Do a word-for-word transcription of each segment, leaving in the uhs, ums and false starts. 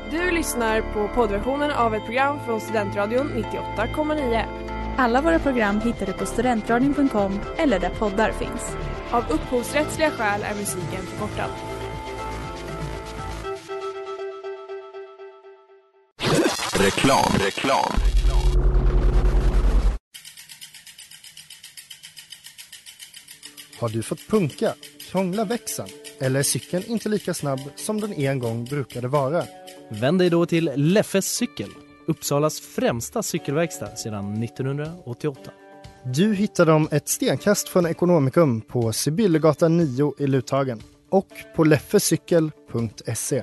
Du lyssnar på poddversionen av ett program från Studentradion nittioåtta komma nio. Alla våra program hittar du på studentradion punkt com eller där poddar finns. Av upphovsrättsliga skäl är musiken förkortad. Reklam, reklam. Har du fått punka, krångla växeln eller är cykeln inte lika snabb som den en gång brukade vara? Vänd dig då till Leffes cykel, Uppsalas främsta cykelverkstad sedan nittonhundraåttioåtta. Du hittar dem ett stenkast från Ekonomikum på Sibyllegatan nio i Luthagen och på leffecykel punkt se.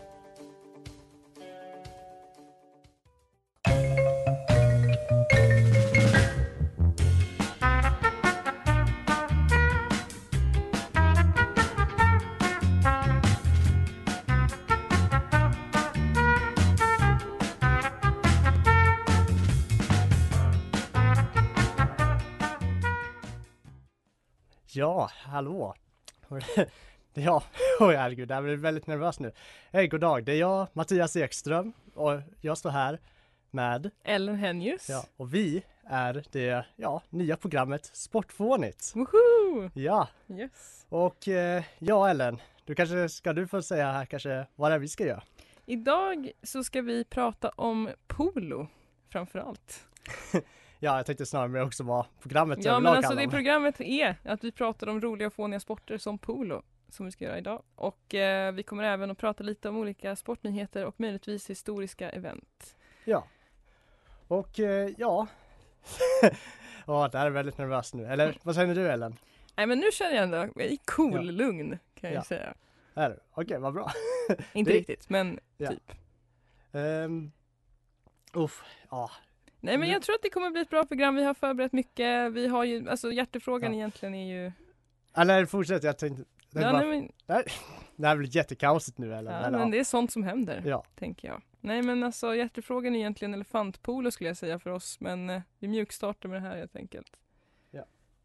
Ja, hallå. Ja, oj herregud, jag blir väldigt nervös nu. Hej, god dag. Det är jag, Mattias Ekström, och jag står här med Ellen Henjus. Ja, och vi är det ja, nya programmet Sportfånigt. Woho! Ja. Yes. Och eh, ja, Ellen, du kanske ska du få säga här kanske vad det är vi ska göra. Idag så ska vi prata om polo framförallt. Ja, jag tänkte snarare med också vad programmet Ja, men alltså det om. Programmet är att vi pratar om roliga och fåniga sporter som polo som vi ska göra idag. Och eh, vi kommer även att prata lite om olika sportnyheter och möjligtvis historiska event. Ja. Och eh, ja. Åh, det här är väldigt nervöst nu. Eller vad säger du, Ellen? Nej, men nu känner jag ändå, jag är cool, ja. Lugn kan jag ja. säga. Är du? Okej, okay, vad bra. Inte det... riktigt, men ja. typ. Um, uff, ja. Nej, men jag tror att det kommer bli ett bra program. Vi har förberett mycket. Vi har ju, alltså hjärtefrågan ja. egentligen är ju... Eller fortsätt, jag tänkte... Ja, bara... nej, men... det, här... det här blir jättekaosigt nu, eller? Ja, eller, men ja. det är sånt som händer, ja. tänker jag. Nej, men alltså hjärtefrågan är egentligen elefantpolo skulle jag säga för oss. Men eh, vi mjukstartar med det här helt enkelt. Ja.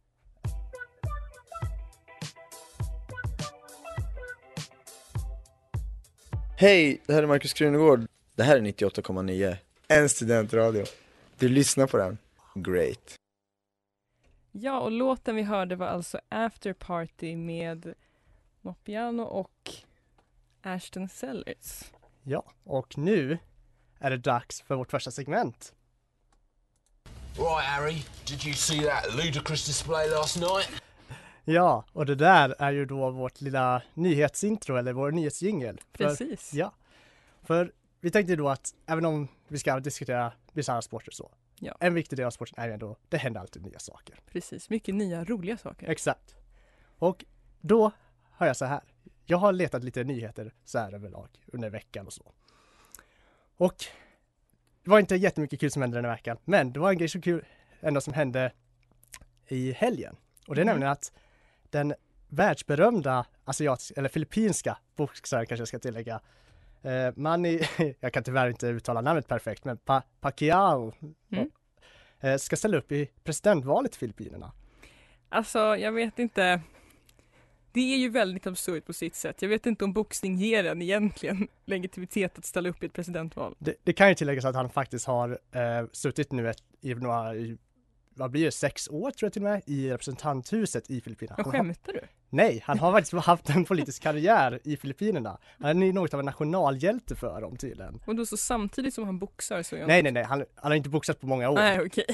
Hej, det här är Marcus Krunegård. Det här är nittioåtta komma nio. En studentradio. Du lyssnar på den. Great. Ja, och låten vi hörde var alltså After Party med Moppiano och Ashton Sellers. Ja, och nu är det dags för vårt första segment. Right, Harry, did you see that ludicrous display last night? Ja, och det där är ju då vårt lilla nyhetsintro eller vår nyhetsjingel. Precis. För, ja, för vi tänkte då att även om vi ska diskutera bisarra sporter så, ja. en viktig del av sporten är ju ändå, det händer alltid nya saker. Precis, mycket nya roliga saker. Exakt. Och då har jag så här, jag har letat lite nyheter så här överlag under veckan och så. Och det var inte jättemycket kul som hände den här veckan, men det var en grej så kul ändå som hände i helgen. Och det är mm. nämligen att den världsberömda asiatiska, eller filippinska boxaren kanske jag ska tillägga, eh, Manny, jag kan tyvärr inte uttala namnet perfekt, men pa- Pacquiao mm. eh, ska ställa upp i presidentvalet i Filippinerna. Alltså, jag vet inte. Det är ju väldigt absurt på sitt sätt. Jag vet inte om boxning ger en egentligen legitimitet att ställa upp i ett presidentval. Det, det kan ju tilläggas att han faktiskt har eh, suttit nu ett, i några, i, vad blir det, sex år tror jag till och med, i representanthuset i Filippinerna. Men skämtar du? Nej, han har faktiskt haft en politisk karriär i Filippinerna. Han är något av en nationalhjälte för dem tydligen. Och då så samtidigt som han boxar så... Jag nej, nej, nej. Han, han har inte boxat på många år. Nej, okej.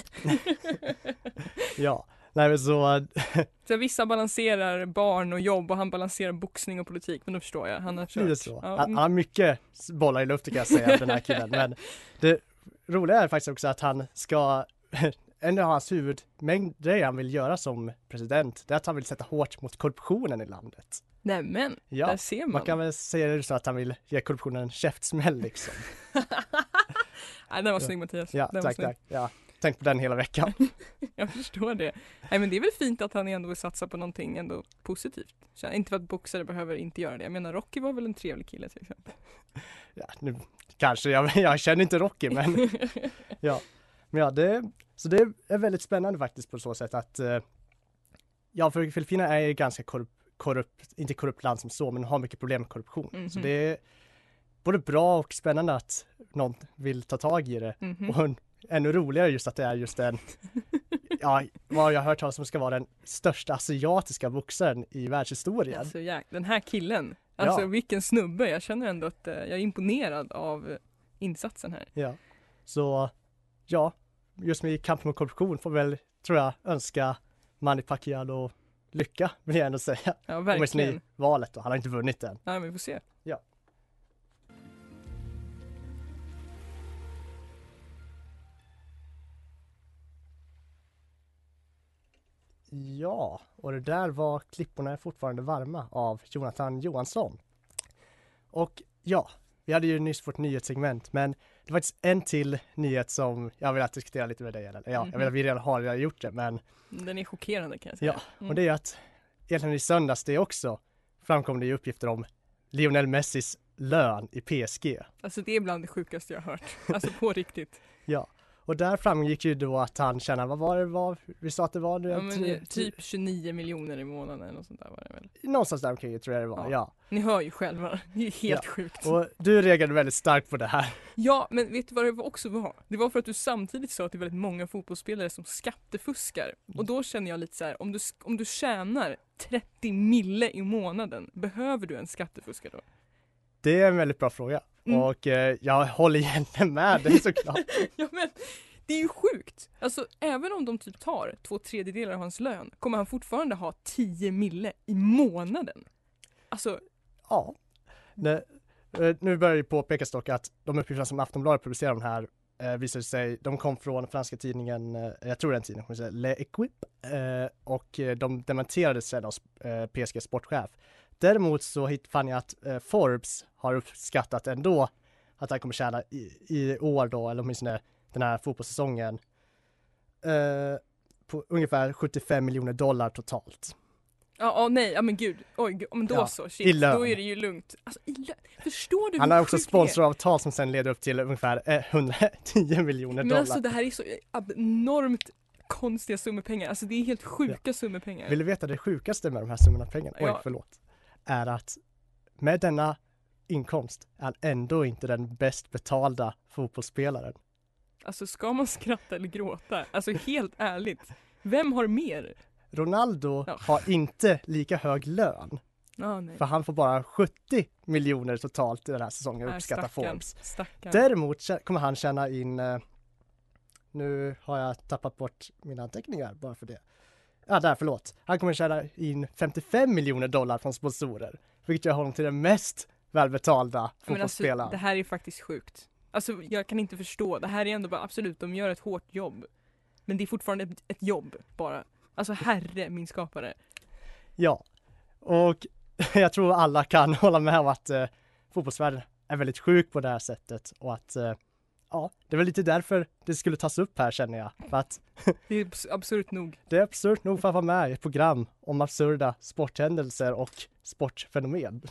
ja. Nej, men så... så vissa balanserar barn och jobb och han balanserar boxning och politik, men då förstår jag. Han har kört. Så. Ja. Han, han har mycket bollar i luften kan jag säga, den här killen. Men det roliga är faktiskt också att han ska... En av hans huvudmängder han vill göra som president, det är att han vill sätta hårt mot korruptionen i landet. Nämen, ja, där ser man. Man kan väl säga det så att han vill ge korruptionen en käftsmäll liksom. Nej, den var snygg Mattias. Ja, den tack, tack. Ja. Tänk på den hela veckan. Jag förstår det. Nej, men det är väl fint att han ändå vill satsa på någonting ändå positivt. Inte för att boxare behöver inte göra det. Jag menar, Rocky var väl en trevlig kille till exempel. Ja, nu kanske. Jag, jag känner inte Rocky, men ja. Men ja, det, så det är väldigt spännande faktiskt på så sätt att ja, för Filippinerna är ganska korrupt, korrupt, inte korrupt land som så, men har mycket problem med korruption. Mm-hmm. Så det både bra och spännande att någon vill ta tag i det. Mhm. Och en, ännu roligare just att det är just en, ja, vad jag har hört talas som ska vara den största asiatiska boxaren i världshistorien. Alltså, ja, den här killen, alltså Ja. vilken snubbe. Jag känner ändå att eh, jag är imponerad av eh, insatsen här. Ja. Så ja, just med kampen mot korruption får väl, tror jag, önska Manny Pacquiao lycka, vill jag ändå säga. Ja, Åtminstone verkligen. i valet då. Han har inte vunnit än. Ja, men vi får se. Ja. Ja, och det där var Klipporna är fortfarande varma av Jonathan Johansson. Och ja, vi hade ju nyss vårt nyhetssegment, men det var faktiskt en till nyhet som jag vill att diskutera lite med dig. Eller, ja, Mhm. jag vet att vi redan har redan gjort det, men Den är chockerande kan jag säga. ja, Mm. och det är att egentligen i söndags det också framkom det ju uppgifter om Lionel Messis lön i P S G. Alltså det är bland det sjukaste jag har hört. Alltså på riktigt. Ja, och där framgick ju då att han tjänar, vad var det var, vi sa att det var, Ja, men, ty- eh, typ tjugonio miljoner i månaden eller något sånt där var det väl. någonstans där omkring tror jag det var, Ja. ja. Ni hör ju själva, det är ju helt Ja. sjukt. Och du reagerade väldigt starkt på det här. Ja, men vet du vad det också var? Det var för att du samtidigt sa att det är väldigt många fotbollsspelare som skattefuskar. Och då känner jag lite så här, om du, om du tjänar trettio mille i månaden, behöver du en skattefuskare då? Det är en väldigt bra fråga. Mm. Och eh, jag håller egentligen med dig såklart. Ja, men det är ju sjukt. Alltså, även om de typ tar två tredjedelar av hans lön, kommer han fortfarande ha tio mille i månaden. Alltså, Ja. Det, eh, nu börjar det påpekas dock att de uppgifterna som Aftonbladet publicerar de här eh, visade sig, de kom från franska tidningen, eh, jag tror den tidningen kommer säga Le Equipe, eh, och eh, de dementerades sedan av eh, P S G sportchef. Däremot så hit, fann jag att eh, Forbes har uppskattat ändå att han kommer tjäna i, i år då, eller åtminstone den här fotbollssäsongen, eh, på ungefär sjuttiofem miljoner dollar totalt. ja, ja nej, ja men gud. Oj, gud, men då Ja, så, i shit, lön. då är det ju lugnt. Alltså, i lön. Förstår du Han hur har också sjukt det är? sponsoravtal som sen leder upp till ungefär eh, hundratio miljoner Men dollar. alltså det här är så abnormt konstiga summor pengar. Alltså det är helt sjuka summor pengar. Vill du veta det sjukaste med de här summorna pengar? Oj, Ja. förlåt. Är att med denna inkomst är han ändå inte den bäst betalda fotbollsspelaren. Alltså ska man skratta eller gråta? Alltså helt ärligt. Vem har mer? Ronaldo Ja. har inte lika hög lön, Ah, nej. för han får bara sjuttio miljoner totalt i den här säsongen, Nej, uppskattar stackarn, Forbes. stackarn. Däremot kä- kommer han tjäna in, eh, nu har jag tappat bort mina anteckningar bara för det. Ja, ah, där, förlåt. Han kommer tjäna in femtiofem miljoner dollar från sponsorer, vilket gör honom till den mest välbetalda Men alltså, fotbollsspelaren. det här är faktiskt sjukt. Alltså jag kan inte förstå. Det här är ändå bara, absolut, de gör ett hårt jobb. Men det är fortfarande ett, ett jobb bara. Alltså herre, min skapare. Ja, och jag tror alla kan hålla med om att eh, fotbollsvärlden är väldigt sjuk på det här sättet, och att eh, ja, det är väl lite därför det skulle tas upp här, känner jag. För att Det är abs- absurt nog. det är absurt nog för att vara med i ett program om absurda sporthändelser och sportfenomen.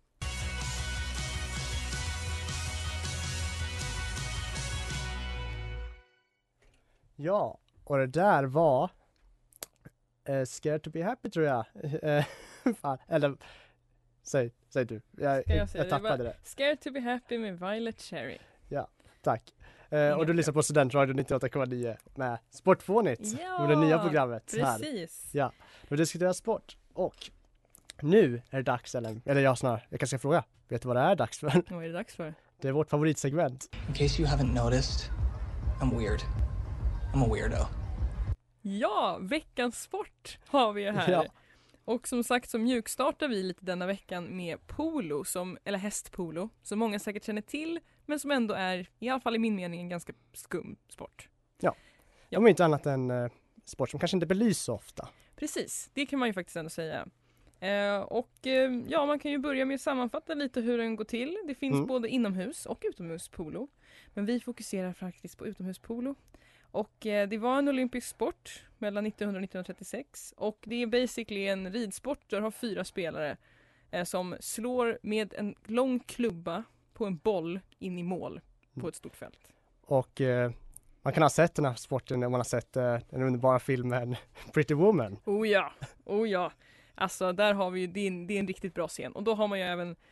Ja, och det där var eh, Scared to be happy, tror jag. Eh, fan, eller säg, säg du. Jag, Ska jag jag, säga det? tappade Det det. var Scared to be happy med Violet Cherry. Tack. Eh, Inga och du problem. lyssnar på Studentradion nittioåtta komma nio med Sportfånigt. Ja, med det nya programmet här. Precis. Ja, vi diskuterar sport. Och nu är det dags, eller, eller jag snarare, jag kanske ska fråga. Vet du vad det är dags för? Vad är det dags för? Det är vårt favoritsegment. In case you haven't noticed, I'm weird. I'm a weirdo. Ja, veckans sport har vi ju här. Ja. Och som sagt så mjukstartar vi lite denna veckan med polo, som, eller hästpolo, som många säkert känner till, men som ändå är, i alla fall i min mening, en ganska skum sport. Ja. Om inte annat än eh, sport som kanske inte belys så ofta. Precis, det kan man ju faktiskt ändå säga. Eh, och eh, ja, man kan ju börja med att sammanfatta lite hur den går till. Det finns Mm. både inomhus och utomhuspolo. Men vi fokuserar faktiskt på utomhuspolo. Och eh, det var en olympisk sport mellan nittonhundra och nittonhundratrettiosex. Och det är basically en ridsport där du har fyra spelare eh, som slår med en lång klubba på en boll in i mål på ett stort fält. Och eh, man kan ha sett den här sporten när man har sett eh, den underbara filmen Pretty Woman. Oh ja, oh ja. Alltså där har vi ju, det är en, det är en riktigt bra scen. Och då har man ju även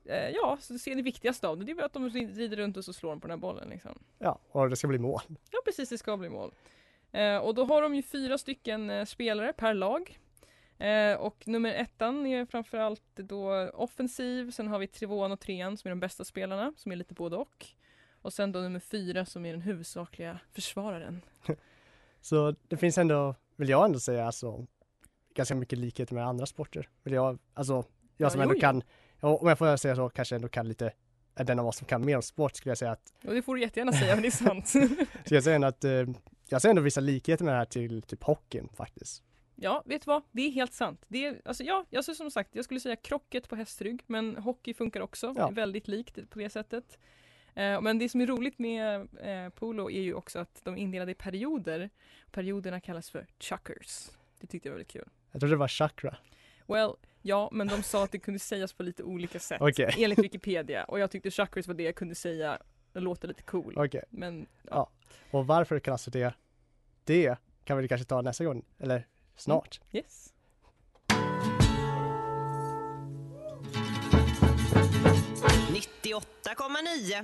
eh, ja, så ser det viktigaste av det. Det är väl att de rider runt och så slår de på den här bollen. Liksom. Ja, och det ska bli mål. Ja, precis. Det ska bli mål. Eh, och då har de ju fyra stycken eh, spelare per lag. Eh, och nummer ettan är framförallt då offensiv. Sen har vi tvåan och trean som är de bästa spelarna, som är lite både och. Och sen då nummer fyra som är den huvudsakliga försvararen. Så det finns ändå, vill jag ändå säga, alltså, ganska mycket likhet med andra sporter. Vill jag, alltså, jag Ja, som jo, ändå jo. kan, ja, om jag får säga så, kanske ändå kan lite, är den av oss som kan mer om sport, skulle jag säga att, Och det får du jättegärna säga, men det är sant. skulle jag säga ändå att, eh, jag ser ändå vissa likheter med det här till typ hockeyn faktiskt. Ja, vet du vad? Det är helt sant. Det är, alltså, ja, jag så som sagt, jag skulle säga krocket på hästrygg, men hockey funkar också. Ja. Det är väldigt likt på det sättet. Eh, men det som är roligt med eh, polo är ju också att de är indelade i perioder. Perioderna kallas för chuckers. Det tyckte jag var väldigt kul. Jag tror det var chakra. Well, ja, men de sa att det kunde sägas på lite olika sätt. Okej. Enligt Wikipedia. Och jag tyckte chuckers var det jag kunde säga. Det låter lite cool. Okej. Men ja. Ja. Och varför det kallas för det, det kan vi kanske ta nästa gång, eller snart. Yes. nittioåtta komma nio.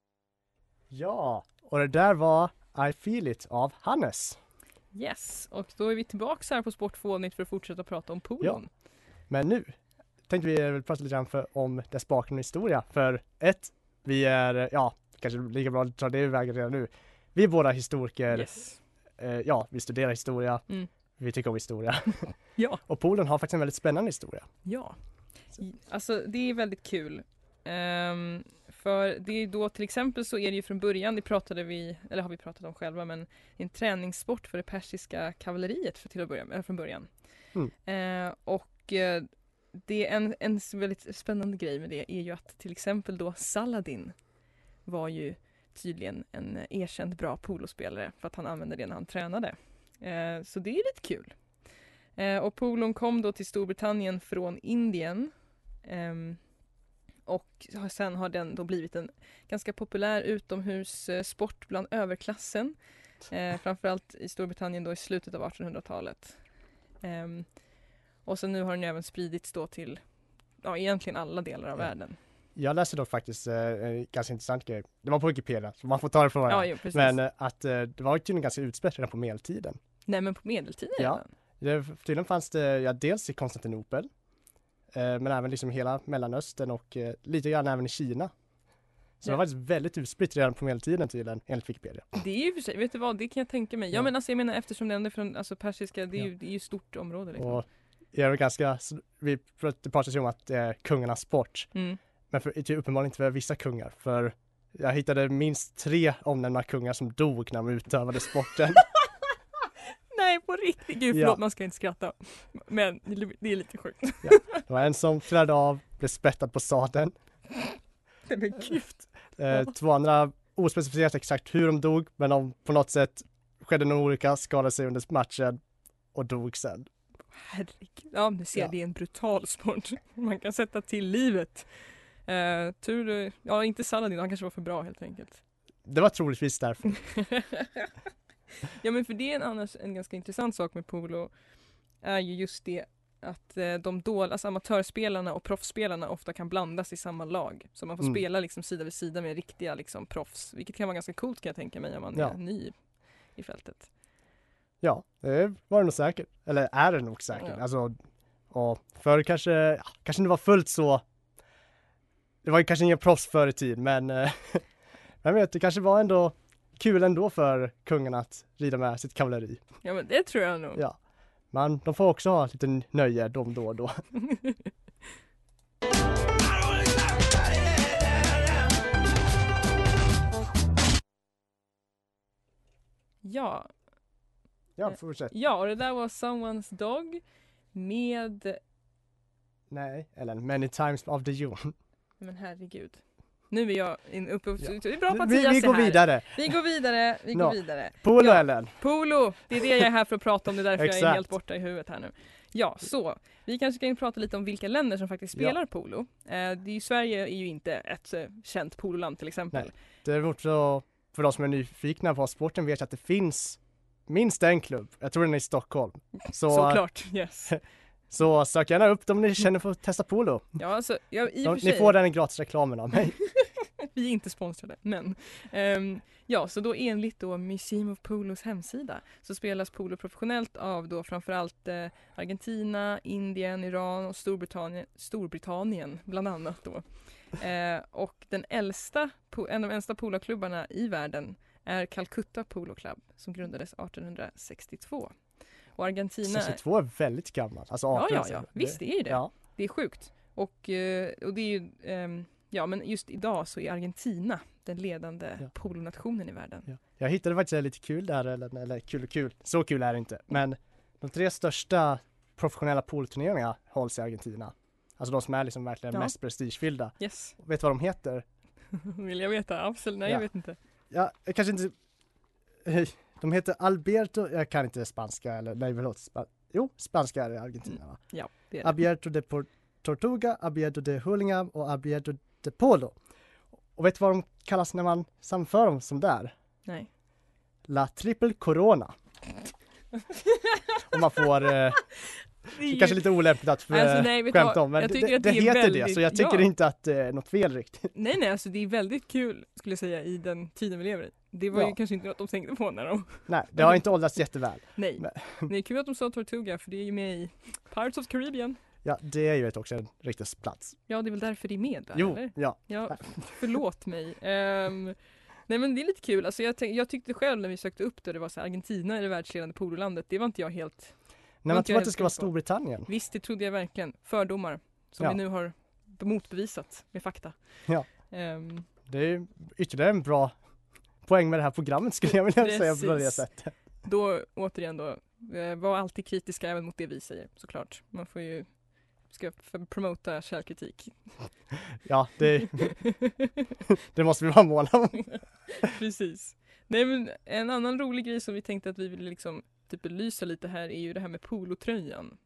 Ja, och det där var I Feel It av Hannes. Yes, och då är vi tillbaka här på Sportfånigt för att fortsätta prata om polon. Men nu tänkte vi väl prata lite grann för, om dess bakgrund och historia. För ett, vi är, ja, kanske lika bra att ta det iväg redan nu. Vi är båda historiker. Yes. Eh, ja, vi studerar historia. Mm. Vi tycker om historia. Ja. Och Polen har faktiskt en väldigt spännande historia. Ja, I- alltså det är väldigt kul. Ehm, för det är då till exempel så är det ju från början, det pratade vi, eller har vi pratat om själva, men det är en träningssport för det persiska kavalleriet för till att börja med, från början. Mm. Ehm, och eh, det är en, en väldigt spännande grej med det är ju att till exempel då Saladin var ju tydligen en erkänd bra polospelare för att han använde det när han tränade. Ehm, så det är lite kul. Eh, och polon kom då till Storbritannien från Indien. Ehm, och sen har den då blivit en ganska populär utomhussport bland överklassen. Eh, framförallt i Storbritannien då i slutet av artonhundratalet. Ehm, och sen nu har den även spridits då till ja, egentligen alla delar av Ja. världen. Jag läste dock faktiskt eh, en ganska intressant grej. Det var på Wikipedia, så man får ta det från Ja, varandra. jo, precis. Men eh, att eh, det var tydligen ganska utspätt redan på medeltiden. Nej, men på medeltiden Ja. redan. Det, tydligen fanns det ja, dels i Konstantinopel, eh, men även liksom hela Mellanöstern och eh, lite grann även i Kina. Så Ja. det var faktiskt väldigt utspritt redan på medeltiden tydligen, enligt Wikipedia. Det är ju för sig, vet du vad, det kan jag tänka mig. Ja, Ja. men alltså jag menar eftersom den är från alltså, persiska, det är Ja. ju, det är ju stort område liksom. Och det är väl ganska, vi pr- det pratas ju om att det är kungarnas sport, Mm. men för, det är uppenbarligen inte för vissa kungar, för jag hittade minst tre omnämnda kungar som dog när de utövade sporten. Nej, på riktigt. Gud, Ja. förlåt, man ska inte skratta. Men det är lite sjukt. Det var en som trillade av, blev spettad på sadeln. Nej, men gud. Eh, två andra ospecificerat exakt hur de dog, men de på något sätt skedde någon olycka, skadade sig under matchen och dog sen. Herregud. Ja, du ser, Ja. det är en brutal sport. Man kan sätta till livet. Uh, tur du, ja inte Saladin, han kanske var för bra helt enkelt. Det var troligtvis därför. Ja, men för det är en annars en ganska intressant sak med polo är ju just det att eh, de då, alltså amatörspelarna och proffsspelarna ofta kan blandas i samma lag. Så man får Mm. spela liksom sida vid sida med riktiga liksom proffs, vilket kan vara ganska coolt kan jag tänka mig om man Ja. är ny i fältet. Ja, det var det nog säkert. Eller är det nog säkert. Ja. Alltså, och för kanske, ja, kanske det var fullt så. Det var ju kanske ingen proffs förr i tid, men eh, jag vet, det kanske var ändå kul ändå för kungarna att rida med sitt kavalleri. Ja, men det tror jag nog. Ja, men de får också ha lite nöje de då och då. Ja, Ja, fortsätt. ja, och det där var Someone's Dog med, Nej, Ellen, Many Times of the June. men herregud. Nu är jag in, uppe, Ja. det är bra på att Vi, tia vi sig går här. vidare. Vi går vidare, vi Nå. går vidare. Polo, Ja. Ellen. Polo, det är det jag är här för att prata om, det är därför jag är Exakt. helt borta i huvudet här nu. Ja, så vi kanske kan prata lite om vilka länder som faktiskt spelar polo. Eh, det är ju, Sverige är ju inte ett eh, känt pololand till exempel. Nej. Det är också, för de som är nyfikna på sporten vet jag att det finns minst en klubb. Jag tror den är i Stockholm. Så, Såklart, yes. Så sök gärna upp dem om ni känner för att testa polo. Ja, alltså, jag, i och De, för sig, ni får den gratis reklamen av mig. vi är inte sponsrade, men ehm, ja, så då enligt då Museum of Polos hemsida så spelas polo professionellt av då framförallt eh, Argentina, Indien, Iran och Storbritannien, Storbritannien bland annat då. Eh, och den äldsta, en av de äldsta poloklubbarna i världen är Calcutta Polo Club som grundades arton sextiotvå. Och Argentina... sextiotvå är väldigt gammalt. Alltså ja, arton, ja, ja. Visst, det är ju det. Ja. Det är sjukt. Och, eh, och det är ju... ehm, ja, men just idag så är Argentina den ledande Ja. polonationen i världen. Ja. Jag hittade faktiskt lite kul där, eller, eller kul och kul. Så kul är det inte. Men de tre största professionella poloturneringarna hålls i Argentina. Alltså de som är liksom verkligen Ja. mest prestigefyllda. Yes. Vet du vad de heter? Vill jag veta? Absolut. Nej, Ja. jag vet inte. Ja, jag kanske inte... De heter Alberto, jag kan inte spanska eller, nej förlåt, spa, jo, spanska är det i Argentina va? Ja, det är det. Abierto de Por- Tortuga, Abierto de Hurlingham och Abierto de Polo. Och vet du vad de kallas när man samför dem som där? Nej. La Triple Corona. Om man får... Eh, Det det är är ju- kanske lite olämpligt att för, Alltså, nej, vet du skämta vad? om, men Jag det, tycker det, att det det är heter det, väldigt- så jag tycker ja. inte att det är något fel riktigt. Nej, nej, alltså det är väldigt kul skulle jag säga i den tiden vi lever i. Det var Ja. ju kanske inte något de tänkte på när de... Nej, det har inte åldrats jätteväl. Nej. Men- Det är kul att de sa Tortuga för det är ju med i Pirates of the Caribbean. Ja, det är ju ett också en riktig plats. Ja, det är väl därför det är med där, Jo, eller? ja. Ja, förlåt mig. Ehm, nej men det är lite kul. Alltså jag, tänk, jag tyckte själv när vi sökte upp det, det var så här, Argentina är det världsledande pololandet. Det var inte jag helt... När man inte tror jag att det helt ska vara säker på. Storbritannien. Visst, det trodde jag verkligen. Fördomar som Ja. vi nu har motbevisat med fakta. Ja. Ehm, Det är ju ytterligare en bra poäng med det här programmet skulle jag vilja säga på det Precis. sättet. då återigen då, eh, var alltid kritiska även mot det vi säger, såklart. Man får ju ska f- promota källkritik. Ja, det, det måste vi vara måna om. Precis. Nej, men en annan rolig grej som vi tänkte att vi ville liksom typ belysa lite här är ju det här med polotröjan.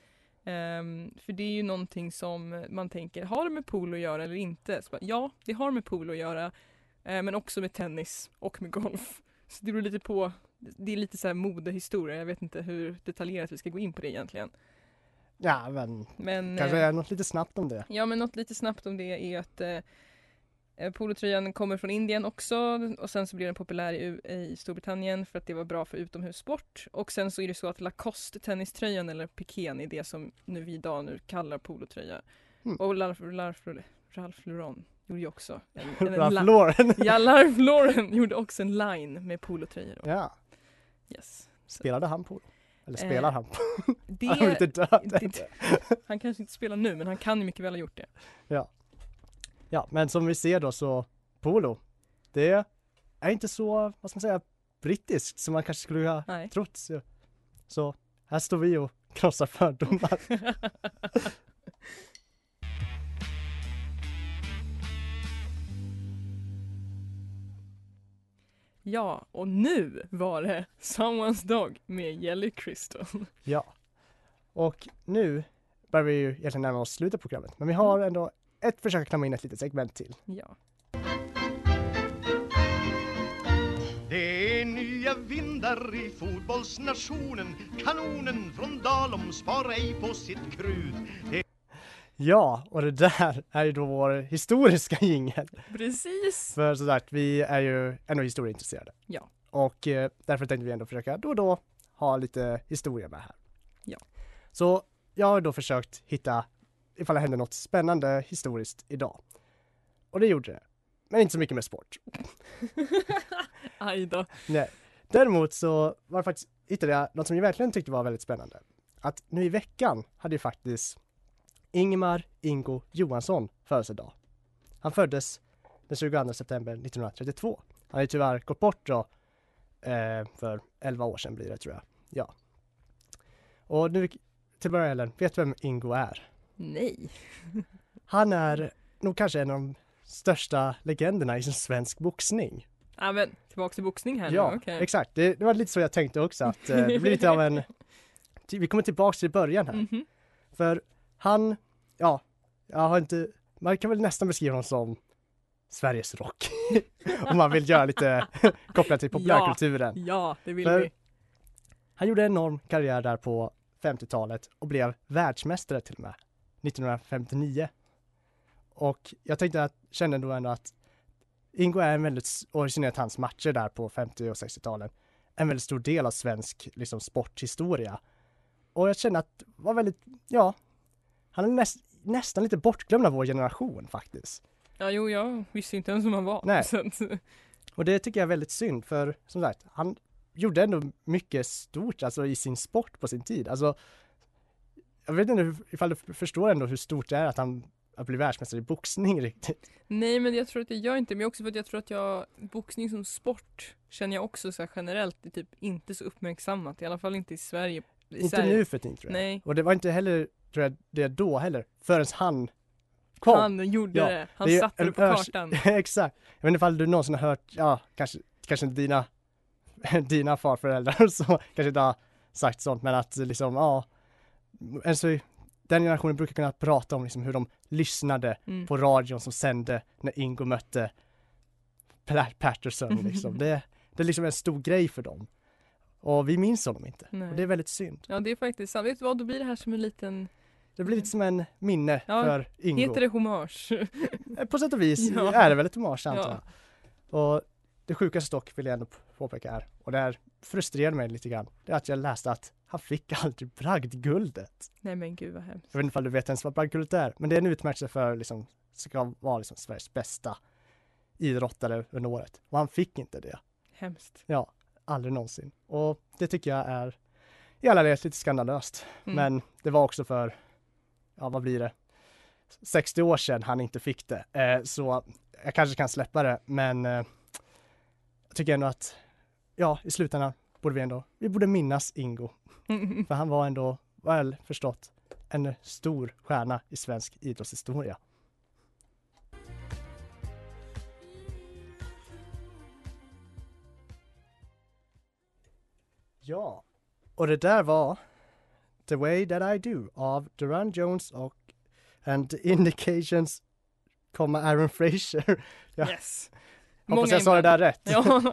Ehm, för det är ju någonting som man tänker, har det med polo att göra eller inte? Så bara, ja, det har med polo att göra, eh, men också med tennis och med golf. Så det beror lite på, det är lite så här modehistoria, jag vet inte hur detaljerat vi ska gå in på det egentligen. Ja, men, Men, kanske eh, är något lite snabbt om det. Ja, men något lite snabbt om det är att eh, polotröjan kommer från Indien också och sen så blir den populär i, U- i Storbritannien för att det var bra för utomhussport. Och sen så är det så att Lacoste tenniströjan eller piken är det som nu vi idag nu kallar polotröja. Mm. Och Ralph, Ralph, Ralph Lauren gjorde ju också en, en, en Ralph li- Lauren. Ja, Ralph Lauren gjorde också en line med polotröjor. då. Ja, Yes. spelade han på? Eller Eh, spelar han på? Det, Han är inte död. det, han kanske inte spelar nu, men han kan ju mycket väl ha gjort det. Ja. Ja, men som vi ser då så polo, det är inte så, vad ska man säga, brittiskt som man kanske skulle ha Nej. trott. Så, så här står vi och krossar fördomar. Ja, och nu var det Someone's Dog med Jelly Crystal. Ja. Och nu börjar vi ju egentligen närma oss slutet på programmet. Men vi har ändå ett försök att klämma in ett litet segment till. Ja. Det är nya vindar i fotbollsnationen. Kanonen från Dalom sparar ej på sitt krut. Det... Ja, och det där är ju då vår historiska jingel. Precis. För som sagt, vi är ju ändå historieintresserade. Ja. Och eh, därför tänkte vi ändå försöka då och då ha lite historia med här. Ja. Så jag har då försökt hitta ifall det hände något spännande historiskt idag. Och det gjorde det. Men inte så mycket med sport. Aj då. Nej. Däremot så var det faktiskt, hittade jag något som jag verkligen tyckte var väldigt spännande. Att nu i veckan hade ju faktiskt Ingemar Ingo Johansson födelsedag. Han föddes den tjugoandra september nittonhundratrettiotvå. Han har ju tyvärr gått bort då eh, för elva år sedan blir det tror jag. Ja. Och nu till början, Ellen, vet du vem Ingo är? Nej. Han är nog kanske en av de största legenderna i svensk boxning. Ja, men tillbaka till boxning här Ja, nu. Okej. exakt. Det, det var lite så jag tänkte också. Att, eh, det blir lite av en... Vi kommer tillbaka till början här. Mhm. För han, ja, jag har inte... Man kan väl nästan beskriva honom som Sveriges Rock. Om man vill göra lite kopplat till populärkulturen. Ja, det vill För vi. han gjorde en enorm karriär där på femtiotalet och blev världsmästare till och med nittonhundrafemtionio. Och jag tänkte att, kände då ändå att Ingo är en väldigt, och i synnerhet hans matcher där på femtio- och sextio-talen, en väldigt stor del av svensk liksom, sporthistoria. Och jag kände att var väldigt, ja, han är näst, nästan lite bortglömd av vår generation faktiskt. Ja, jo, jag visste inte ens som han var. Nej. Så att... Och det tycker jag är väldigt synd, för som sagt, han gjorde ändå mycket stort alltså, i sin sport på sin tid. Alltså, jag vet inte ifall du förstår ändå hur stort det är att han att bli världsmästare i boxning riktigt. Nej, men jag tror att jag gör inte, men också för att jag tror att jag boxning som sport känner jag också så här generellt är typ inte så uppmärksammat, i alla fall inte i Sverige. I Inte Sverige. nu för tiden tror jag. Nej. Och det var inte heller tror jag, det då heller, förrän han kom. Han gjorde Ja, det, han det är satte en det på örs- kartan. Exakt. Jag vet inte ifall du någonsin har hört, ja, kanske, kanske inte dina, dina farföräldrar så kanske inte har sagt sånt, men att liksom, ja, alltså, den generationen brukar kunna prata om liksom, hur de lyssnade Mm. på radion som sände när Ingo mötte Pat- Patterson. Liksom. det, det är liksom en stor grej för dem. Och vi minns honom inte. Nej. Och det är väldigt synd. Ja, det är faktiskt sant. Vet du vad, då blir det här som en liten... Det blir lite som en minne Ja, för Ingo. Heter det hommage? På sätt och vis Ja. är det väl ett hommage antar Ja. jag. Och det sjukaste dock vill jag ändå påpeka här, och det här frustrerade mig lite grann, det är att jag läste att han fick aldrig bragdguldet. Nej men gud vad hemskt. Jag vet inte om du vet ens vad bragdguldet är, men det är en utmärkelse för liksom, ska vara liksom Sveriges bästa idrottare under året. Och han fick inte det. Hemskt. Ja, aldrig någonsin. Och det tycker jag är i alla del lite skandalöst. Mm. Men det var också för, ja vad blir det, sextio år sedan han inte fick det. Eh, så jag kanske kan släppa det, men eh, jag tycker ändå att, ja i slutändan borde vi ändå, vi borde minnas Ingo. För han var ändå, väl förstått, en stor stjärna i svensk idrottshistoria. Ja, och det där var The Way That I Do av Duran Jones och And the Indications, komma Aaron Fraser. Ja. Yes. Hoppas jag sa det där rätt. Ja.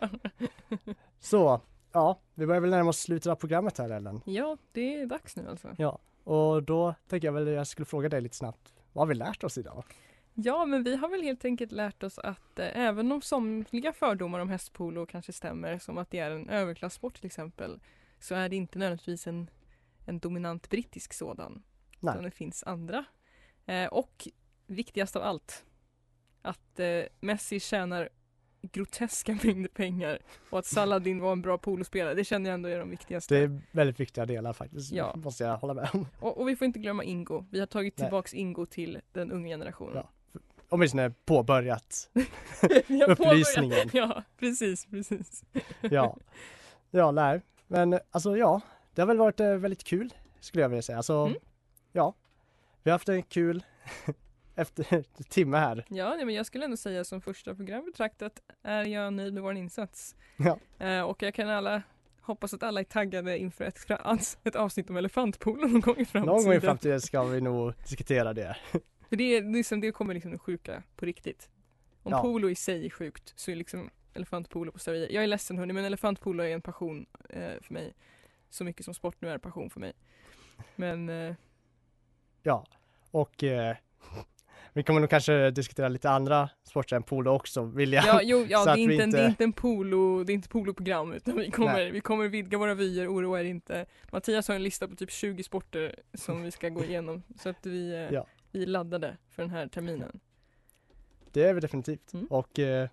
Så, ja, vi börjar väl närma oss slutet av programmet här, Ellen. Ja, det är dags nu alltså. Ja, och då tänker jag väl jag skulle fråga dig lite snabbt. Vad har vi lärt oss idag? Ja, men vi har väl helt enkelt lärt oss att eh, även om somliga fördomar om hästpolo kanske stämmer, som att det är en överklassport till exempel, så är det inte nödvändigtvis en, en dominant brittisk sådan. Nej. Utan det finns andra. Eh, och viktigast av allt, att eh, Messi tjänar groteska mängder pengar och att Saladin var en bra polospelare. Det känner jag ändå är de viktigaste. Det är väldigt viktiga delar faktiskt, Ja. måste jag hålla med om. Och, och vi får inte glömma Ingo. Vi har tagit Nej. tillbaks Ingo till den unga generationen. Ja. Åtminstone påbörjat Vi har upplysningen. påbörjat- Ja, precis, precis. Ja, ja nej. Men alltså ja, det har väl varit eh, väldigt kul skulle jag vilja säga. Alltså, Mm. ja, vi har haft en kul efter en timme här. Ja, nej, men jag skulle ändå säga som första program betraktat är jag nöjd med vår insats. Ja. Eh, och jag kan alla hoppas att alla är taggade inför ett, ett avsnitt om elefantpolo någon gång i framtiden. Någon gång i framtiden ska vi nog diskutera det. För det, är, liksom, det kommer liksom det sjuka på riktigt. Om Ja. polo i sig är sjukt så är liksom elefantpolo på steroider. Jag är ledsen hörni, men elefantpolo är en passion eh, för mig. Så mycket som sport nu är en passion för mig. Men eh, Ja, och eh, vi kommer nog kanske diskutera lite andra sporter än polo också, vill jag. ja, jo, ja Så det, att är vi inte, inte- det är inte en polo, det är inte poloprogram utan vi kommer, Nej. vi kommer vidga våra vyer, oroa er inte. Mattias har en lista på typ tjugo sporter som vi ska gå igenom så att vi, eh, Ja. vi är laddade för den här terminen. Det är vi definitivt. Mm. Och eh,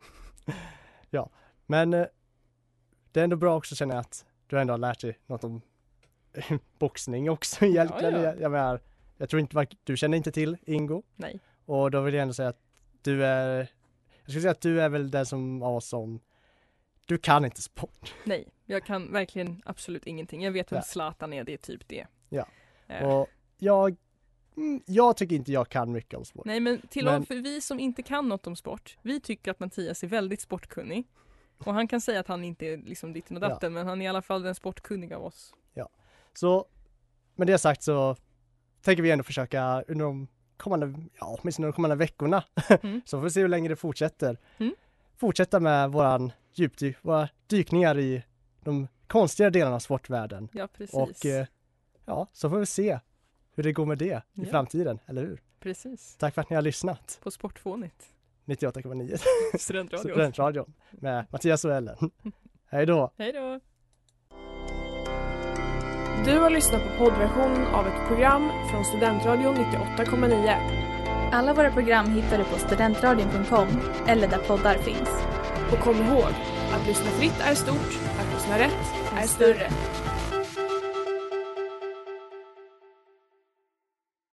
ja, men eh, det är ändå bra också känner jag att du ändå har lärt dig något om boxning också egentligen. Ja, ja. Jag, jag menar, jag tror inte, du känner inte till Ingo. Nej. Och då vill jag ändå säga att du är, jag skulle säga att du är väl den som av oss som, du kan inte sport. Nej, jag kan verkligen absolut ingenting. Jag vet vem Ja. Zlatan är, det är typ det. Ja. Eh, Och jag, mm, jag tycker inte jag kan mycket om sport. Nej, men till Men- och för vi som inte kan något om sport, vi tycker att Mattias är väldigt sportkunnig. Och han kan säga att han inte är liksom ditten och Ja. datten, men han är i alla fall den sportkunniga av oss. Så med det sagt så tänker vi ändå försöka under de kommande, ja, åtminstone de kommande veckorna, Mm. så får vi se hur länge det fortsätter. Mm. Fortsätta med våran djupdyk, våra dykningar i de konstiga delarna av sportvärlden. Ja, precis. Och eh, ja, så får vi se hur det går med det i Ja. framtiden, eller hur? Precis. Tack för att ni har lyssnat. På Sportfånigt. nittioåtta komma nio Studentradion. Studentradion med Mattias och Ellen. Hej då! Hej då! Du har lyssnat på poddversionen av ett program från Studentradion nittioåtta komma nio. Alla våra program hittar du på studentradion punkt com eller där poddar finns. Och kom ihåg, att lyssna fritt är stort, att lyssna rätt är större.